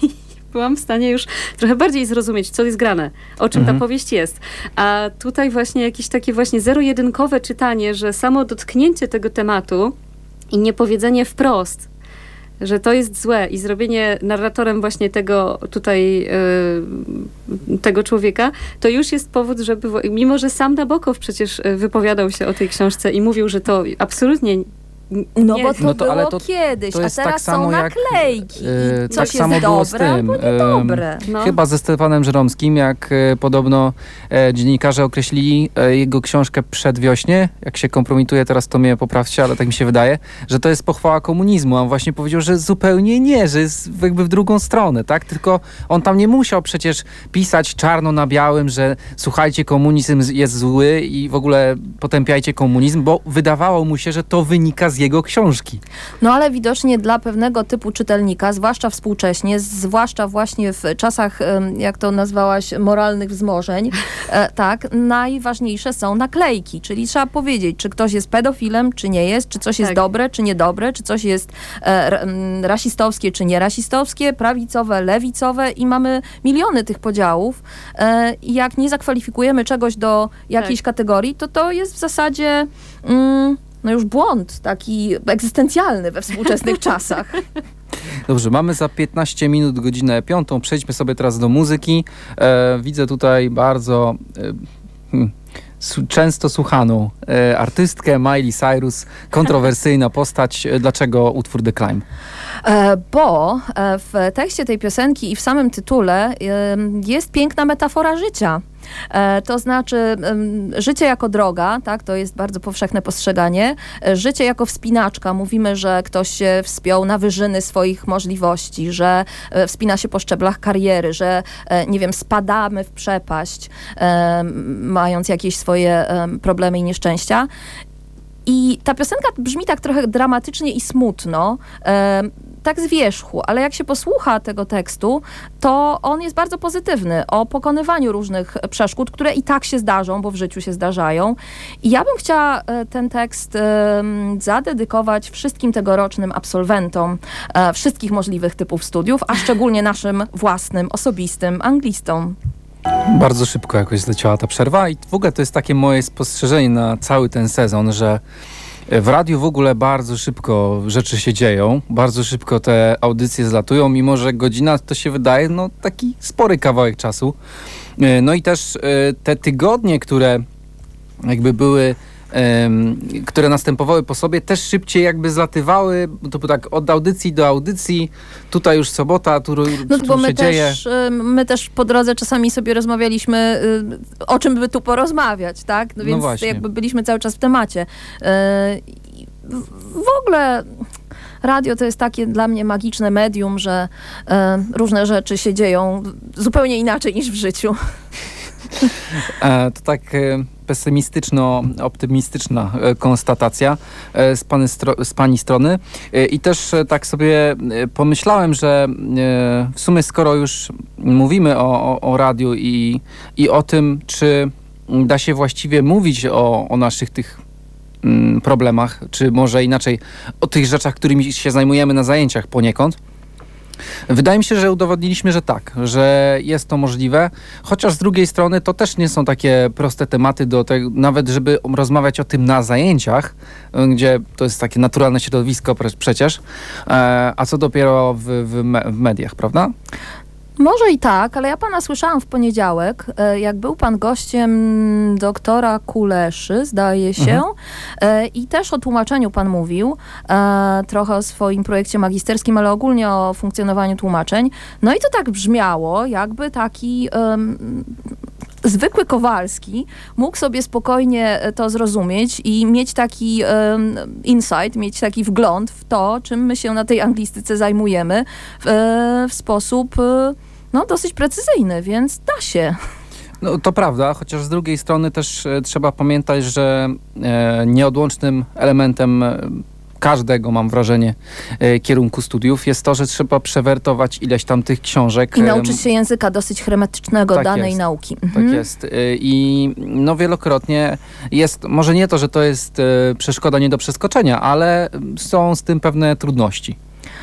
byłam w stanie już trochę bardziej zrozumieć, co jest grane, o czym ta powieść jest. A tutaj właśnie jakieś takie właśnie zero-jedynkowe czytanie, że samo dotknięcie tego tematu i niepowiedzenie wprost, że to jest złe i zrobienie narratorem właśnie tego tutaj tego człowieka, to już jest powód, żeby, mimo że sam Nabokow przecież wypowiadał się o tej książce i mówił, że to absolutnie No nie, bo to było to kiedyś, to a jest teraz tak samo są jak, naklejki. tak Coś samo jest było z dobre tym, albo niedobre. No. Chyba ze Stefanem Żeromskim, jak podobno dziennikarze określili jego książkę Przedwiośnie. Jak się kompromituje, teraz to mnie poprawcie, ale tak mi się wydaje, że to jest pochwała komunizmu. A on właśnie powiedział, że zupełnie nie, że jest jakby w drugą stronę, tak? Tylko on tam nie musiał przecież pisać czarno na białym, że słuchajcie, komunizm jest zły i w ogóle potępiajcie komunizm, bo wydawało mu się, że to wynika z jego książki. No ale widocznie dla pewnego typu czytelnika, zwłaszcza współcześnie, zwłaszcza właśnie w czasach, jak to nazwałaś, moralnych wzmożeń, tak, najważniejsze są naklejki, czyli trzeba powiedzieć, czy ktoś jest pedofilem, czy nie jest, czy coś jest dobre, czy niedobre, czy coś jest rasistowskie, czy nierasistowskie, prawicowe, lewicowe i mamy miliony tych podziałów. I jak nie zakwalifikujemy czegoś do jakiejś kategorii, to jest w zasadzie no już błąd taki egzystencjalny we współczesnych czasach. Dobrze, mamy za 15 minut godzinę 5. Przejdźmy sobie teraz do muzyki. Widzę tutaj bardzo często słuchaną artystkę Miley Cyrus. Kontrowersyjna postać. Dlaczego utwór The Climb? Bo w tekście tej piosenki i w samym tytule jest piękna metafora życia. To znaczy życie jako droga, tak, to jest bardzo powszechne postrzeganie. Życie jako wspinaczka. Mówimy, że ktoś się wspiął na wyżyny swoich możliwości, że wspina się po szczeblach kariery, że nie wiem, spadamy w przepaść, mając jakieś swoje problemy i nieszczęścia. I ta piosenka brzmi tak trochę dramatycznie i smutno, tak z wierzchu, ale jak się posłucha tego tekstu, to on jest bardzo pozytywny, o pokonywaniu różnych przeszkód, które i tak się zdarzą, bo w życiu się zdarzają. I ja bym chciała ten tekst zadedykować wszystkim tegorocznym absolwentom wszystkich możliwych typów studiów, a szczególnie naszym własnym, osobistym anglistom. Bardzo szybko jakoś zleciała ta przerwa i w ogóle to jest takie moje spostrzeżenie na cały ten sezon, że w radiu w ogóle bardzo szybko rzeczy się dzieją, bardzo szybko te audycje zlatują, mimo że godzina to się wydaje no taki spory kawałek czasu. No i też te tygodnie, które jakby były które następowały po sobie, też szybciej jakby zlatywały, to było tak od audycji do audycji, tutaj już sobota, tu bo się dzieje. My też po drodze czasami sobie rozmawialiśmy, o czym by tu porozmawiać, tak? No więc właśnie. jakby byliśmy cały czas w temacie. W ogóle radio to jest takie dla mnie magiczne medium, że różne rzeczy się dzieją zupełnie inaczej niż w życiu. To tak pesymistyczno-optymistyczna konstatacja z pani strony. I też tak sobie pomyślałem, że w sumie skoro już mówimy o radiu i o tym, czy da się właściwie mówić o naszych tych problemach, czy może inaczej o tych rzeczach, którymi się zajmujemy na zajęciach poniekąd. Wydaje mi się, że udowodniliśmy, że tak, że jest to możliwe, chociaż z drugiej strony to też nie są takie proste tematy do tego, nawet żeby rozmawiać o tym na zajęciach, gdzie to jest takie naturalne środowisko przecież, a co dopiero w mediach, prawda? Może i tak, ale ja pana słyszałam w poniedziałek, jak był pan gościem doktora Kuleszy, zdaje się, i też o tłumaczeniu pan mówił, trochę o swoim projekcie magisterskim, ale ogólnie o funkcjonowaniu tłumaczeń. No i to tak brzmiało, jakby taki zwykły Kowalski mógł sobie spokojnie to zrozumieć i mieć taki insight, mieć taki wgląd w to, czym my się na tej anglistyce zajmujemy w sposób dosyć precyzyjny, więc da się. No to prawda, chociaż z drugiej strony też trzeba pamiętać, że nieodłącznym elementem każdego, mam wrażenie, kierunku studiów jest to, że trzeba przewertować ileś tam tych książek. I nauczyć się języka dosyć hermetycznego tak danej jest, nauki. Tak jest. I no wielokrotnie jest, może nie to, że to jest przeszkoda nie do przeskoczenia, ale są z tym pewne trudności.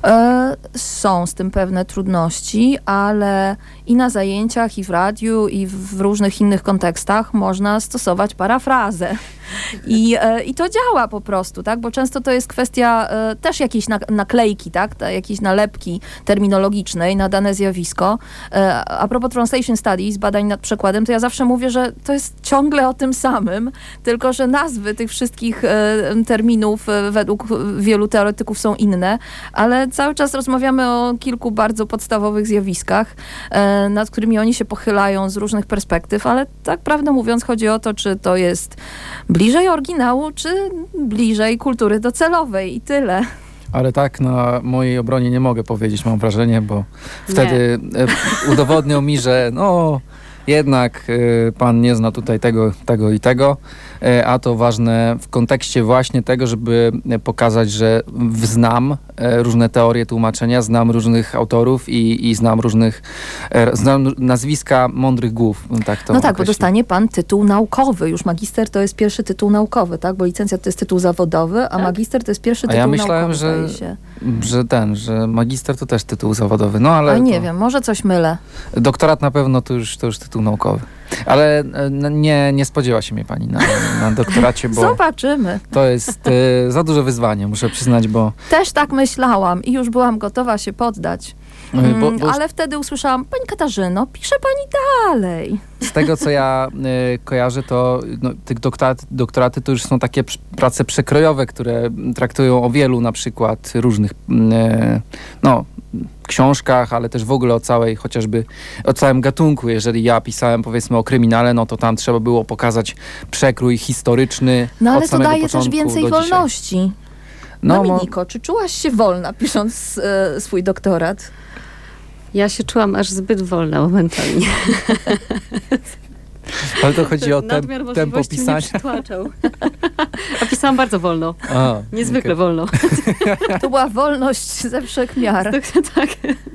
Są z tym pewne trudności, ale i na zajęciach, i w radiu, i w różnych innych kontekstach można stosować parafrazę. I to działa po prostu, tak? Bo często to jest kwestia też jakiejś naklejki, tak? Jakiejś nalepki terminologicznej na dane zjawisko. A propos Translation Studies, badań nad przekładem, to ja zawsze mówię, że to jest ciągle o tym samym, tylko że nazwy tych wszystkich terminów według wielu teoretyków są inne, ale cały czas rozmawiamy o kilku bardzo podstawowych zjawiskach, nad którymi oni się pochylają z różnych perspektyw, ale tak prawdę mówiąc chodzi o to, czy to jest bliżej oryginału, czy bliżej kultury docelowej i tyle. Ale tak na mojej obronie nie mogę powiedzieć, mam wrażenie, bo wtedy udowodnią mi, że no jednak pan nie zna tutaj tego i tego, a to ważne w kontekście właśnie tego, żeby pokazać, że znam różne teorie tłumaczenia, znam różnych autorów i znam nazwiska mądrych głów. Tak to bo dostanie pan tytuł naukowy. Już magister to jest pierwszy tytuł naukowy, tak? Bo licencja to jest tytuł zawodowy, a magister to jest pierwszy tytuł naukowy. Ja myślałem, że magister to też tytuł zawodowy. No ale nie wiem, może coś mylę. Doktorat na pewno to już tytuł naukowy. Ale nie spodziewa się mnie pani na doktoracie, bo zobaczymy. To jest za duże wyzwanie, muszę przyznać, bo... Też tak myślałam i już byłam gotowa się poddać. Ale wtedy usłyszałam, pani Katarzyno, pisze pani dalej. Z tego, co ja kojarzę, to tych doktoraty to już są takie prace przekrojowe, które traktują o wielu na przykład różnych książkach, ale też w ogóle o całym gatunku. Jeżeli ja pisałem powiedzmy o kryminale, no to tam trzeba było pokazać przekrój historyczny od samego początku. Ale to daje też więcej wolności. Dominiko, czy czułaś się wolna pisząc swój doktorat? Ja się czułam aż zbyt wolna momentami. Ale to chodzi o tempo pisania. A pisałam bardzo wolno. Niezwykle wolno. To była wolność ze wszechmiar. Tak.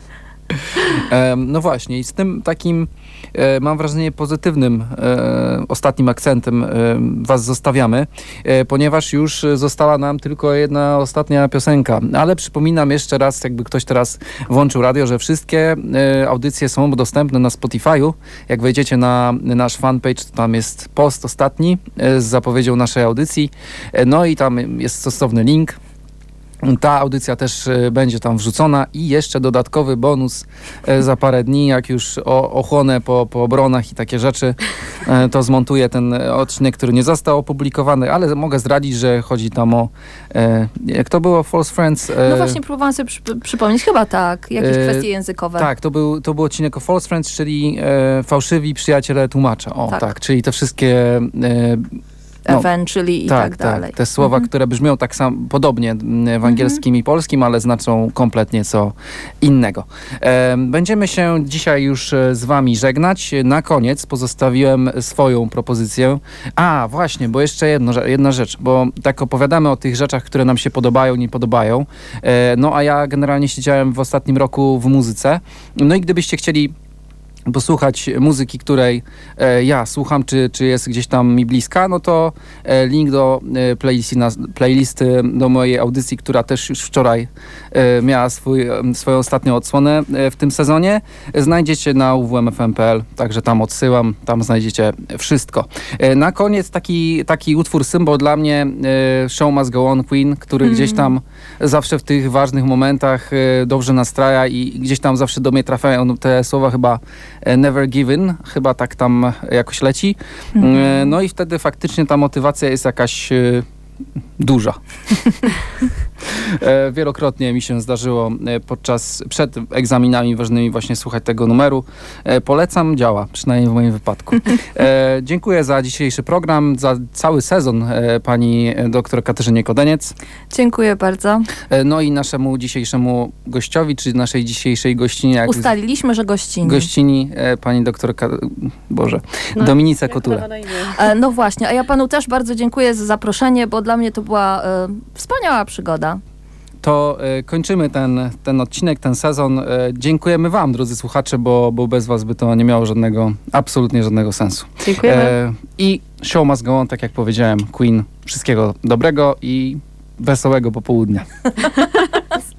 No właśnie i z tym takim mam wrażenie pozytywnym ostatnim akcentem was zostawiamy, ponieważ już została nam tylko jedna ostatnia piosenka, ale przypominam jeszcze raz, jakby ktoś teraz włączył radio, że wszystkie audycje są dostępne na Spotify'u. Jak wejdziecie na nasz fanpage, to tam jest post ostatni z zapowiedzią naszej audycji, no i tam jest stosowny link. Ta audycja też będzie tam wrzucona i jeszcze dodatkowy bonus za parę dni, jak już ochłonę po obronach i takie rzeczy, to zmontuję ten odcinek, który nie został opublikowany, ale mogę zdradzić, że chodzi tam o jak to było? False Friends? No właśnie próbowałam sobie przypomnieć, chyba tak, jakieś kwestie językowe. Tak, to był odcinek o False Friends, czyli fałszywi przyjaciele tłumacza. Tak, czyli te wszystkie... eventually i tak dalej. Tak, te słowa, które brzmią tak samo, podobnie w angielskim i polskim, ale znaczą kompletnie co innego. Będziemy się dzisiaj już z wami żegnać. Na koniec pozostawiłem swoją propozycję. Właśnie, bo jeszcze jedna rzecz, bo tak opowiadamy o tych rzeczach, które nam się podobają, nie podobają. A ja generalnie siedziałem w ostatnim roku w muzyce. No i gdybyście chcieli posłuchać muzyki, której ja słucham, czy jest gdzieś tam mi bliska, no to link do playlisty do mojej audycji, która też już wczoraj miała swoją ostatnią odsłonę w tym sezonie, znajdziecie na uwmfm.pl, także tam odsyłam, tam znajdziecie wszystko. Na koniec taki utwór symbol dla mnie, Show Must Go On Queen, który gdzieś tam zawsze w tych ważnych momentach dobrze nastraja i gdzieś tam zawsze do mnie trafiają te słowa chyba Never Given, chyba tak tam jakoś leci. No i wtedy faktycznie ta motywacja jest jakaś duża. Wielokrotnie mi się zdarzyło przed egzaminami ważnymi właśnie słuchać tego numeru. Polecam, działa, przynajmniej w moim wypadku. Dziękuję za dzisiejszy program, za cały sezon pani doktor Katarzynie Kodeniec. Dziękuję bardzo. No i naszemu dzisiejszemu gościowi, czy naszej dzisiejszej gościnie. Ustaliliśmy, że gościni. Gościni pani doktor Dominice Kotule. No właśnie, a ja panu też bardzo dziękuję za zaproszenie, bo dla mnie to była wspaniała przygoda. To kończymy ten odcinek, ten sezon. Dziękujemy wam, drodzy słuchacze, bo bez was by to nie miało absolutnie żadnego sensu. Dziękujemy. I show must go on, tak jak powiedziałem, Queen. Wszystkiego dobrego i wesołego popołudnia.